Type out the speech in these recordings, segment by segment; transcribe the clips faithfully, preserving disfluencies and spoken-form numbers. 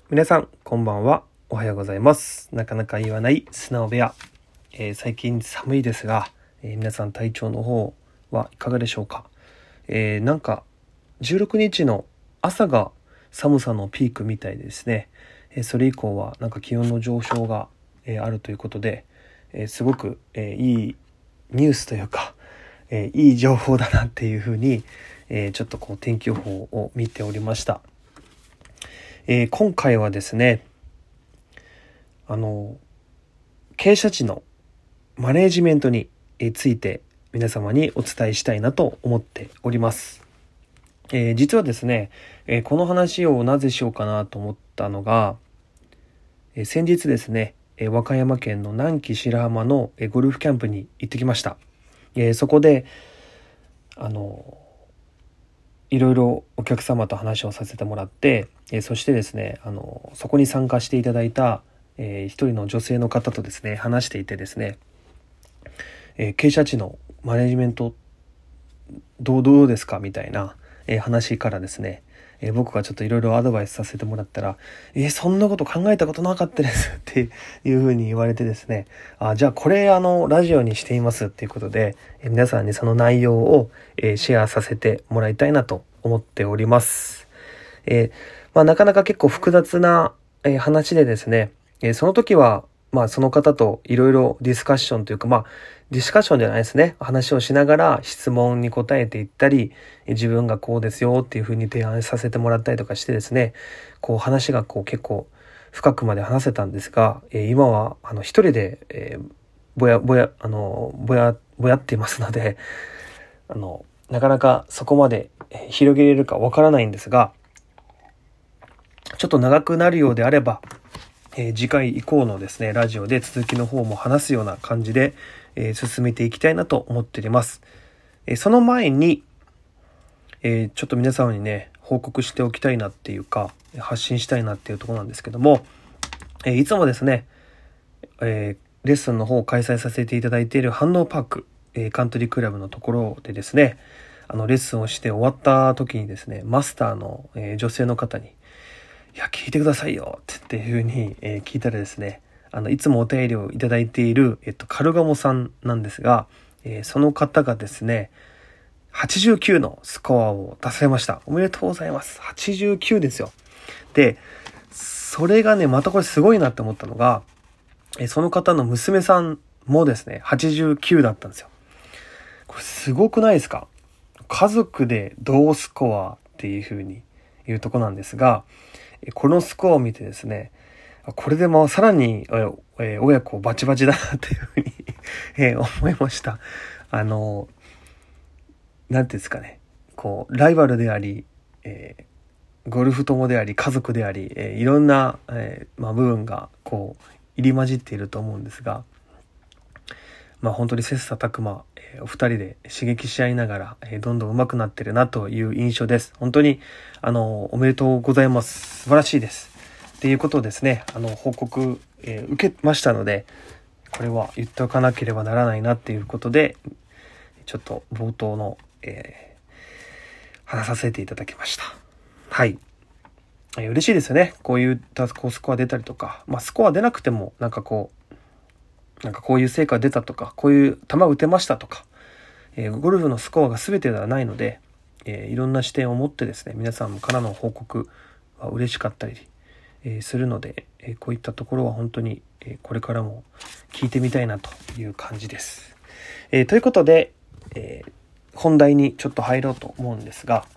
皆さんこんばんは。おはようございます。なかなか言わない素直部屋、えー、最近寒いですが、えー、皆さん体調の方はいかがでしょうか。えー、なんかじゅうろくにちの朝が寒さのピークみたいですね。えー、それ以降はなんか気温の上昇が、えー、あるということで、えー、すごく、えー、いいニュースというか、えー、いい情報だなっていうふうに、えー、ちょっとこう天気予報を見ておりました。えー、今回はですね、あの傾斜地のマネージメントについて皆様にお伝えしたいなと思っております。えー、実はですね、えー、この話をなぜしようかなと思ったのが、えー、先日ですね、えー、和歌山県の南紀白浜の、えー、ゴルフキャンプに行ってきました。えー、そこであのいろいろお客様と話をさせてもらって、えー、そしてですねあのそこに参加していただいた、えー、一人の女性の方とですね話していてですね、えー、傾斜地のマネジメントどうどうですかみたいな、えー、話からですね、えー、僕がちょっといろいろアドバイスさせてもらったら、えー、そんなこと考えたことなかったですっていうふうに言われてですね、あじゃあこれあのラジオにしていますっていうことで、えー、皆さんにその内容を、えー、シェアさせてもらいたいなと思っております。えーまあ、なかなか結構複雑な、えー、話でですね、えー、その時はまあその方といろいろディスカッションというか、まあディスカッションじゃないですね。話をしながら質問に答えていったり、自分がこうですよっていうふうに提案させてもらったりとかしてですね、こう話がこう結構深くまで話せたんですが、えー、今はあの一人で、えー、ぼやぼやあのぼやぼやっていますので、あのなかなかそこまで広げれるかわからないんですが、ちょっと長くなるようであれば、えー、次回以降のですねラジオで続きの方も話すような感じで、えー、進めていきたいなと思っております。えー、その前に、えー、ちょっと皆様にね報告しておきたいなっていうか発信したいなっていうところなんですけども、えー、いつもですね、えー、レッスンの方を開催させていただいている反応パーク、えー、カントリークラブのところでですね、あのレッスンをして終わった時にですねマスターの、えー、女性の方にいや聞いてくださいよっていう風に、えー、聞いたらですね、あのいつもお便りをいただいている、えっと、カルガモさんなんですが、えー、その方がですねはちじゅうきゅうのスコアを出されました。おめでとうございます。はちじゅうきゅうですよ。でそれがねまたこれすごいなって思ったのが、えー、その方の娘さんもですねはちじゅうきゅうだったんですよ。これすごくないですか？家族で同スコアっていう風に言うとこなんですが、このスコアを見てですね、これでもさらに、えー、親子バチバチだなっていうふうにえー、思いました。あの、なんていうんですかね、こう、ライバルであり、えー、ゴルフ友であり、家族であり、えー、いろんな、えーまあ、部分がこう、入り混じっていると思うんですが、まあ本当に切磋琢磨、えー、お二人で刺激し合いながら、えー、どんどん上手くなってるなという印象です。本当にあのおめでとうございます。素晴らしいです。っていうことをですね、あの報告、えー、受けましたので、これは言っておかなければならないなっていうことで、ちょっと冒頭の、えー、話させていただきました。はい。えー、嬉しいですよね。こういったこうスコア出たりとか、まあスコア出なくてもなんかこう。なんかこういう成果出たとか、こういう球打てましたとか、えー、ゴルフのスコアが全てではないので、えー、いろんな視点を持ってですね、皆さんからの報告は嬉しかったり、えー、するので、えー、こういったところは本当に、えー、これからも聞いてみたいなという感じです。えー、ということで、えー、本題にちょっと入ろうと思うんですが、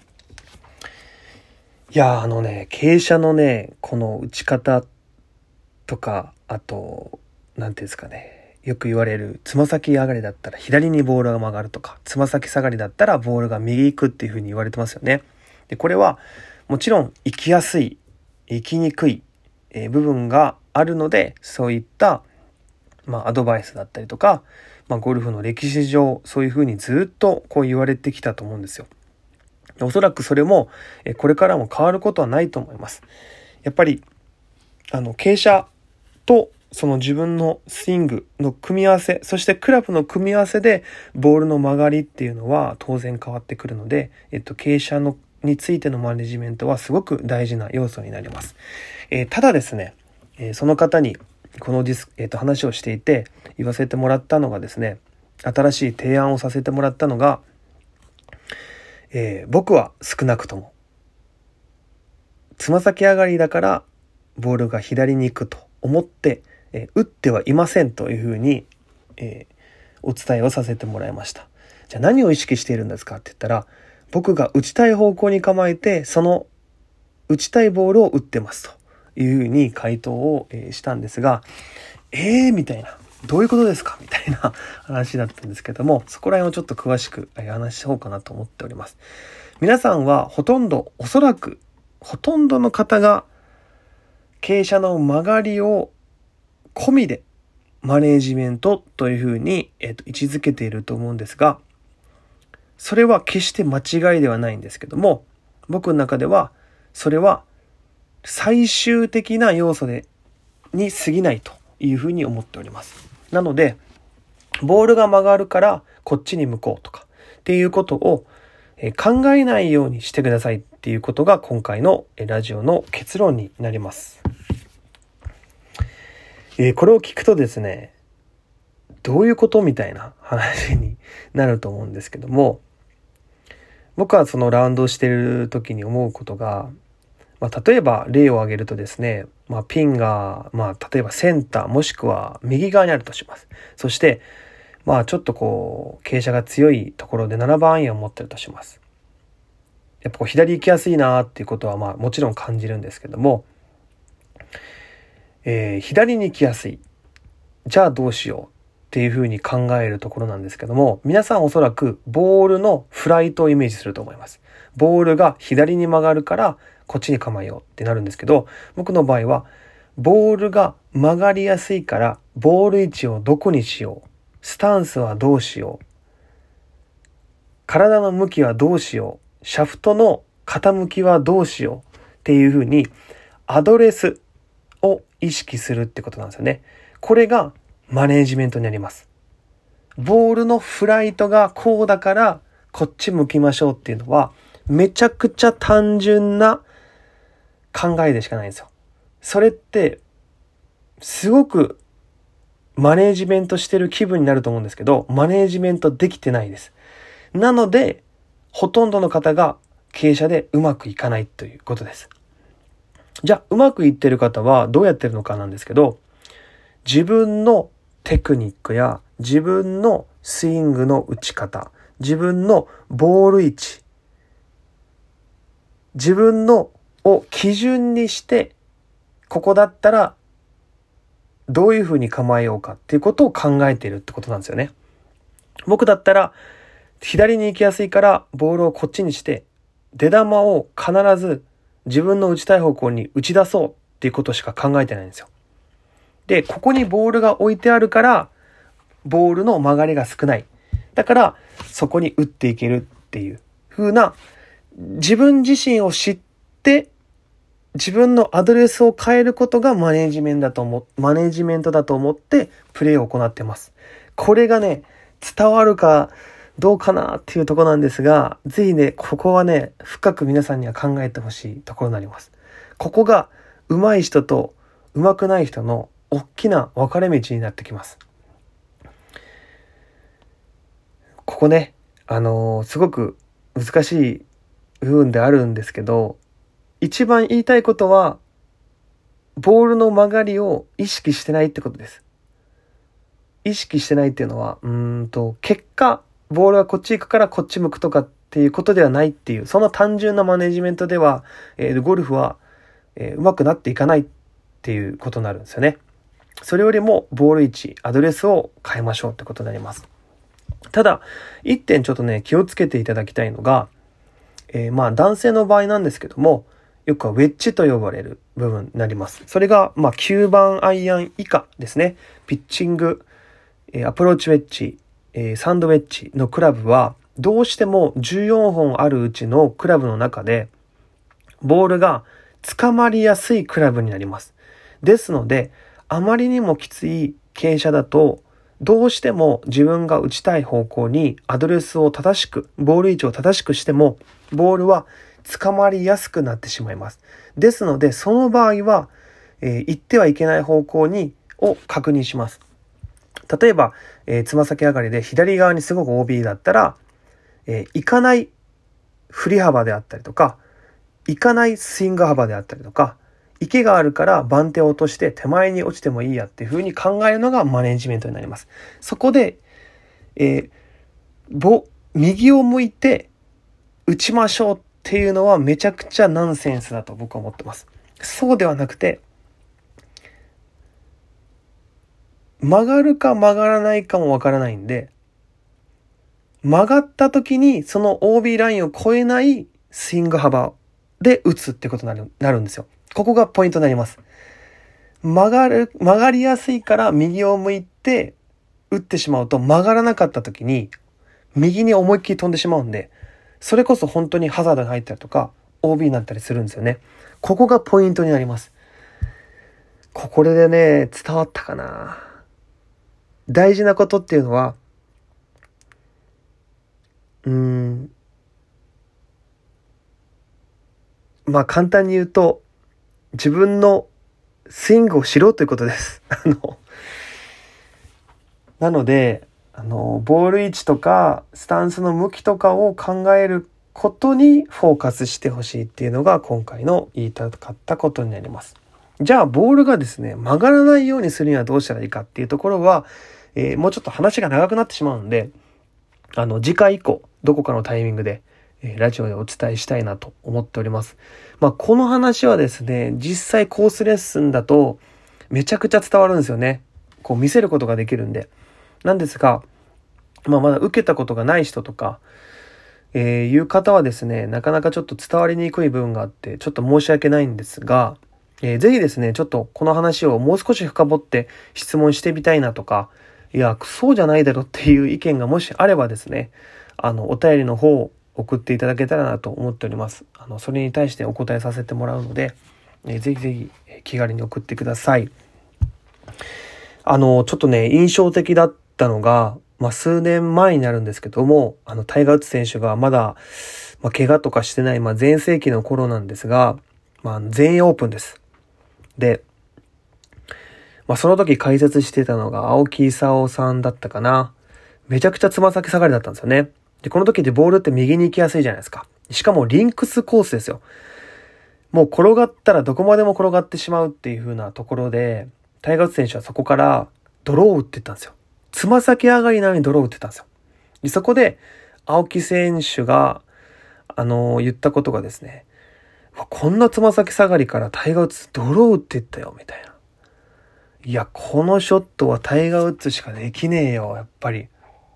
いやあのね、傾斜のね、この打ち方とか、あと、なんていうんですかね、よく言われるつま先上がりだったら左にボールが曲がるとか、つま先下がりだったらボールが右行くっていう風に言われてますよね。でこれはもちろん行きやすい、行きにくい、えー、部分があるので、そういったまあアドバイスだったりとか、まあ、ゴルフの歴史上そういう風にずっとこう言われてきたと思うんですよ。おそらくそれもえこれからも変わることはないと思います。やっぱりあの傾斜とその自分のスイングの組み合わせ、そしてクラブの組み合わせでボールの曲がりっていうのは当然変わってくるので、えっと、傾斜のについてのマネジメントはすごく大事な要素になります。えー、ただですね、えー、その方にこのディス、えーと、話をしていて言わせてもらったのがですね、新しい提案をさせてもらったのが、えー、僕は少なくともつま先上がりだからボールが左に行くと思って、えー、打ってはいませんというふうに、えー、お伝えをさせてもらいました。じゃあ何を意識しているんですかって言ったら、僕が打ちたい方向に構えてその打ちたいボールを打ってますというふうに回答を、えー、したんですが、えーみたいな、どういうことですかみたいな話だったんですけども、そこら辺をちょっと詳しく話しようかなと思っております。皆さんはほとんど、おそらくほとんどの方が傾斜の曲がりを込みでマネージメントというふうに、えーと、位置づけていると思うんですが、それは決して間違いではないんですけども、僕の中ではそれは最終的な要素でに過ぎないというふうに思っております。なのでボールが曲がるからこっちに向こうとかっていうことを考えないようにしてくださいっていうことが今回のラジオの結論になります。えー、これを聞くとですね、どういうことみたいな話になると思うんですけども、僕はそのラウンドをしている時に思うことが、まあ、例えば例を挙げるとですね、まあ、ピンが、まあ、例えばセンターもしくは右側にあるとします。そしてまあちょっとこう傾斜が強いところでななばんアイアンを持ってるとします。やっぱこう左行きやすいなっていうことはまあもちろん感じるんですけども、えー、左に行きやすい、じゃあどうしようっていうふうに考えるところなんですけども、皆さんおそらくボールのフライトをイメージすると思います。ボールが左に曲がるからこっちに構えようってなるんですけど、僕の場合はボールが曲がりやすいからボール位置をどこにしよう、スタンスはどうしよう、体の向きはどうしよう、シャフトの傾きはどうしようっていうふうにアドレスを意識するってことなんですよね。これがマネージメントになります。ボールのフライトがこうだからこっち向きましょうっていうのはめちゃくちゃ単純な考えでしかないんですよ。それってすごくマネージメントしてる気分になると思うんですけど、マネージメントできてないです。なのでほとんどの方が傾斜でうまくいかないということです。じゃあうまくいってる方はどうやってるのかなんですけど、自分のテクニックや自分のスイングの打ち方、自分のボール位置、自分のを基準にしてここだったらどういうふうに構えようかっていうことを考えているってことなんですよね。僕だったら左に行きやすいからボールをこっちにして出玉を必ず自分の打ちたい方向に打ち出そうっていうことしか考えてないんですよ。で、ここにボールが置いてあるからボールの曲がりが少ない。だからそこに打っていけるっていう風な、自分自身を知って自分のアドレスを変えることがマネージメントだと思マネージメントだと思ってプレーを行ってます。これがね、伝わるかどうかなっていうところなんですが、ぜひね、ここはね、深く皆さんには考えてほしいところになります。ここが上手い人と上手くない人の大きな分かれ道になってきます。ここね、あのー、すごく難しい部分であるんですけど、一番言いたいことはボールの曲がりを意識してないってことです。意識してないっていうのはうーんと結果ボールがこっち行くからこっち向くとかっていうことではないっていう、その単純なマネジメントでは、えー、ゴルフは、えー、上手くなっていかないっていうことになるんですよね。それよりもボール位置、アドレスを変えましょうってことになります。ただ一点ちょっとね気をつけていただきたいのが、えー、まあ男性の場合なんですけども、よくはウェッジと呼ばれる部分になります。それがまあきゅうばんアイアン以下ですね。ピッチング、えー、アプローチウェッジ、えー、サンドウェッジのクラブはどうしてもじゅうよんほんあるうちのクラブの中でボールが捕まりやすいクラブになります。ですのであまりにもきつい傾斜だとどうしても自分が打ちたい方向にアドレスを正しく、ボール位置を正しくしてもボールは捕まりやすくなってしまいます。ですので、その場合は、えー、行ってはいけない方向にを確認します。例えば、えー、つま先上がりで左側にすごく オービー だったら、えー、行かない振り幅であったりとか、行かないスイング幅であったりとか、池があるから番手を落として手前に落ちてもいいやっていう風に考えるのがマネジメントになります。そこで、えー、ぼ右を向いて打ちましょうっていうのはめちゃくちゃナンセンスだと僕は思ってます。そうではなくて、曲がるか曲がらないかもわからないんで、曲がった時にその オービー ラインを越えないスイング幅で打つってことになる、なるんですよ。ここがポイントになります。曲がる、曲がりやすいから右を向いて打ってしまうと、曲がらなかった時に右に思いっきり飛んでしまうんで、それこそ本当にハザードに入ったりとか オービー になったりするんですよね。ここがポイントになります。これでね、伝わったかな。大事なことっていうのは、うーん、まあ簡単に言うと、自分のスイングをしろということです。あの、なので、あの、ボール位置とか、スタンスの向きとかを考えることにフォーカスしてほしいっていうのが今回の言いたかったことになります。じゃあ、ボールがですね、曲がらないようにするにはどうしたらいいかっていうところは、えー、もうちょっと話が長くなってしまうので、あの、次回以降、どこかのタイミングで、えー、ラジオでお伝えしたいなと思っております。まあ、この話はですね、実際コースレッスンだと、めちゃくちゃ伝わるんですよね。こう見せることができるんで。なんですが、まあ、まだ受けたことがない人とか、えー、いう方はですね、なかなかちょっと伝わりにくい部分があって、ちょっと申し訳ないんですが、えー、ぜひですね、ちょっとこの話をもう少し深掘って質問してみたいなとか、いや、そうじゃないだろっていう意見がもしあればですね、あの、お便りの方を送っていただけたらなと思っております。あの、それに対してお答えさせてもらうので、えー、ぜひぜひ気軽に送ってください。あの、ちょっとね、印象的だったのが、まあ、数年前になるんですけども、あの、タイガー・ウッズ選手がまだ、まあ、怪我とかしてない、まあ、全盛期の頃なんですが、まあ、全英オープンです。で、まあ、その時解説してたのが青木功さんだったかな。めちゃくちゃつま先下がりだったんですよね。で、この時ってボールって右に行きやすいじゃないですか。しかもリンクスコースですよ。もう転がったらどこまでも転がってしまうっていう風なところで、タイガー・ウッズ選手はそこからドローを打っていったんですよ。つま先上がりなのにドローを打ってたんですよ。でそこで青木選手が、あのー、言ったことがですね、こんなつま先下がりからタイガー・ウッズドロー打っていったよみたいな。いや、このショットはタイガー・ウッズしかできねえよ、やっぱり。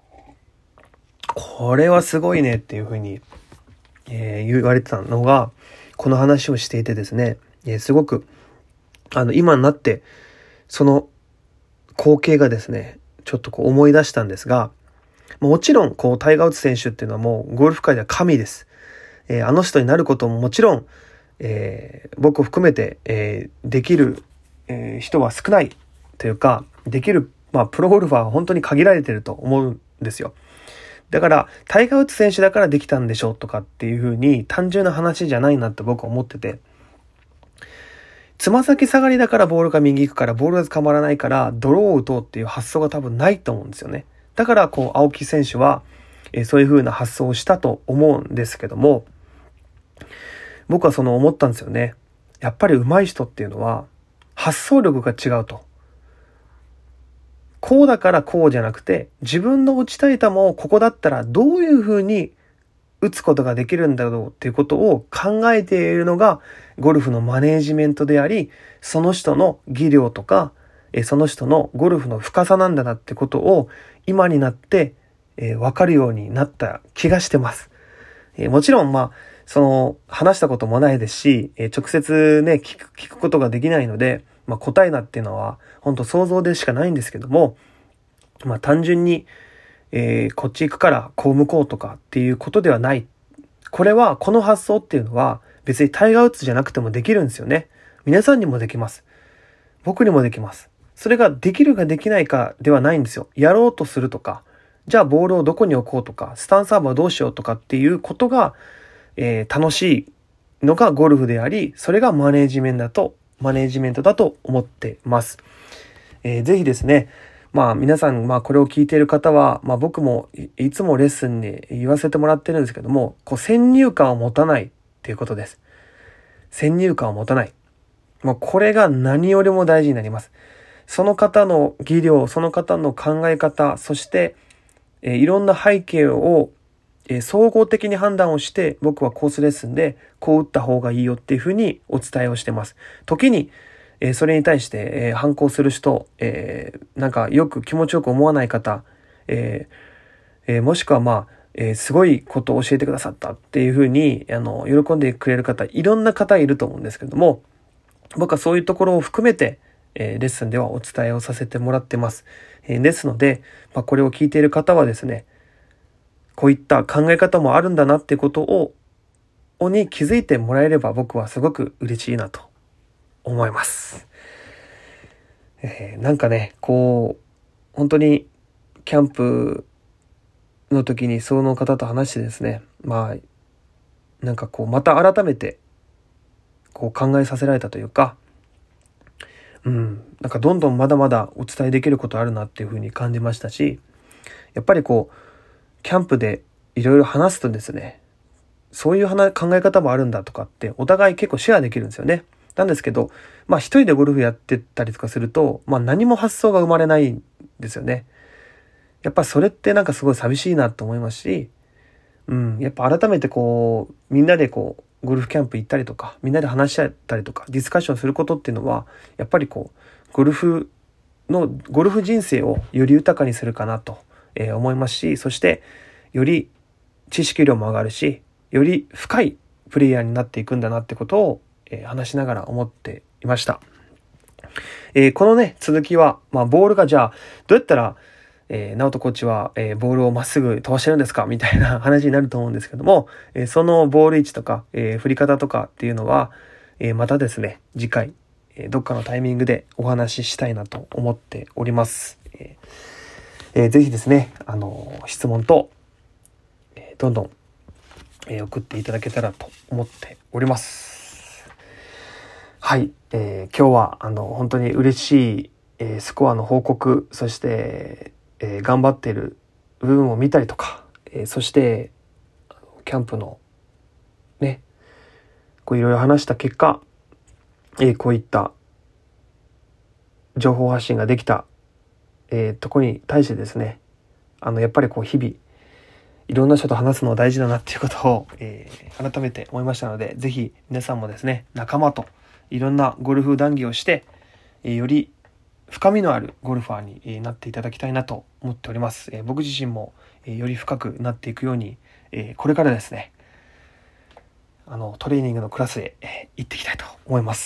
これはすごいねっていう風に、えー、言われてたのが、この話をしていてですね、えー、すごく、あの、今になって、その光景がですね、ちょっとこう思い出したんですが、もちろん、こう、タイガー・ウッズ選手っていうのはもう、ゴルフ界では神です。えー、あの人になることももちろん、えー、僕を含めて、えー、できる、えー、人は少ないというか、できる、まあ、プロゴルファーは本当に限られてると思うんですよ。だから、タイガー・ウッズ選手だからできたんでしょうとかっていう風に単純な話じゃないなって僕は思ってて、つま先下がりだからボールが右行くからボールが捕まらないからドローを打とうっていう発想が多分ないと思うんですよね。だからこう青木選手は、えー、そういう風な発想をしたと思うんですけども、僕はその思ったんですよね。やっぱり上手い人っていうのは発想力が違うと。こうだからこうじゃなくて、自分の打ちたい球をここだったらどういう風に打つことができるんだろうっていうことを考えているのがゴルフのマネージメントであり、その人の技量とか、その人のゴルフの深さなんだなってことを今になって分かるようになった気がしてます。もちろんまあ、その話したこともないですし、直接ね、聞く、聞くことができないので、まあ答えなっていうのは本当想像でしかないんですけども、まあ単純にえー、こっち行くからこう向こうとかっていうことではない。これは、この発想っていうのは別にタイガー・ウッズじゃなくてもできるんですよね。皆さんにもできます。僕にもできます。それができるかできないかではないんですよ。やろうとするとか、じゃあボールをどこに置こうとか、スタンス幅をどうしようとかっていうことが、えー、楽しいのがゴルフであり、それがマネージメントだと、マネージメントだと思ってます。えー、ぜひですね、まあ皆さん、まあこれを聞いている方は、まあ僕もいつもレッスンで言わせてもらってるんですけども、こう先入観を持たないっていうことです。先入観を持たない。もうこれが何よりも大事になります。その方の技量、その方の考え方、そして、えー、いろんな背景を、えー、総合的に判断をして、僕はコースレッスンでこう打った方がいいよっていうふうにお伝えをしてます。時に、えー、それに対して、えー、反抗する人、えー、なんかよく気持ちよく思わない方、えーえー、もしくはまあ、えー、すごいことを教えてくださったっていうふうに、あの、喜んでくれる方、いろんな方いると思うんですけども、僕はそういうところを含めて、えー、レッスンではお伝えをさせてもらってます。えー、ですので、まあ、これを聞いている方はですね、こういった考え方もあるんだなってことを、に気づいてもらえれば僕はすごく嬉しいなと思います。えー、なんかね、こう、本当にキャンプの時にその方と話してですね、まあ、なんかこう、また改めて、こう考えさせられたというか、うん、なんかどんどんまだまだお伝えできることあるなっていうふうに感じましたし、やっぱりこう、キャンプでいろいろ話すとですね、そういう考え方もあるんだとかってお互い結構シェアできるんですよね。なんですけど、まあ一人でゴルフやってたりとかすると、まあ何も発想が生まれないんですよね。やっぱそれってなんかすごい寂しいなと思いますし、うん、やっぱ改めてこう、みんなでこう、ゴルフキャンプ行ったりとか、みんなで話し合ったりとか、ディスカッションすることっていうのは、やっぱりこう、ゴルフの、ゴルフ人生をより豊かにするかなと思いますし、そして、より知識量も上がるし、より深いプレイヤーになっていくんだなってことを、えー、話しながら思っていました。えー、このね、続きは、まあ、ボールがじゃあ、どうやったら、えー、ナオトコーチは、えー、ボールをまっすぐ飛ばしてるんですかみたいな話になると思うんですけども、えー、そのボール位置とか、えー、振り方とかっていうのは、えー、またですね、次回、えー、どっかのタイミングでお話ししたいなと思っております。えーえー、ぜひですね、あのー、質問と、えー、どんどん、えー、送っていただけたらと思っております。はい、えー、今日はあの本当に嬉しい、えー、スコアの報告、そしてえー、頑張っている部分を見たりとか、えー、そしてキャンプのね、こういろいろ話した結果、えー、こういった情報発信ができた、えー、とこに対してですね、あのやっぱりこう日々いろんな人と話すのは大事だなっていうことを、えー、改めて思いましたので、ぜひ皆さんもですね、仲間といろんなゴルフ談義をして、えー、より深みのあるゴルファーになっていただきたいなと思っております。えー、僕自身もより深くなっていくように、えー、これからですね、あのトレーニングのクラスへ、えー、行っていきたいと思います。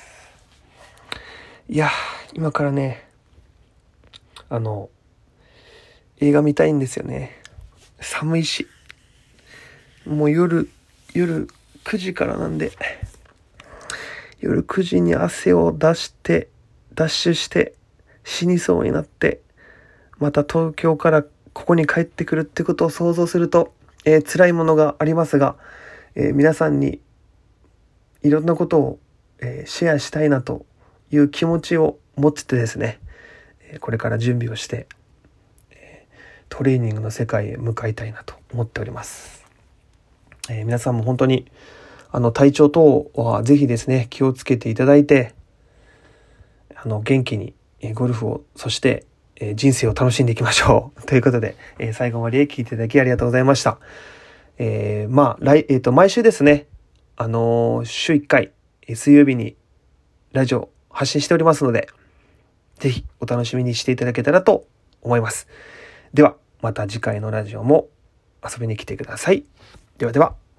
いや、今からね、あの映画見たいんですよね。寒いし、もう夜夜くじからなんで、夜くじに汗を出してダッシュして死にそうになって、また東京からここに帰ってくるってことを想像すると、えー、辛いものがありますが、えー、皆さんにいろんなことを、えー、シェアしたいなという気持ちを持っててですね、えー、これから準備をして、えー、トレーニングの世界へ向かいたいなと思っております。えー、皆さんも本当にあの体調等はぜひですね、気をつけていただいて、あの元気にゴルフを、そして人生を楽しんでいきましょうということで、最後まで聞いていただきありがとうございました。えー、まあ来、えーと毎週ですね、あのー、週いっかい水曜日にラジオ発信しておりますので、ぜひお楽しみにしていただけたらと思います。ではまた次回のラジオも遊びに来てください。ではでは。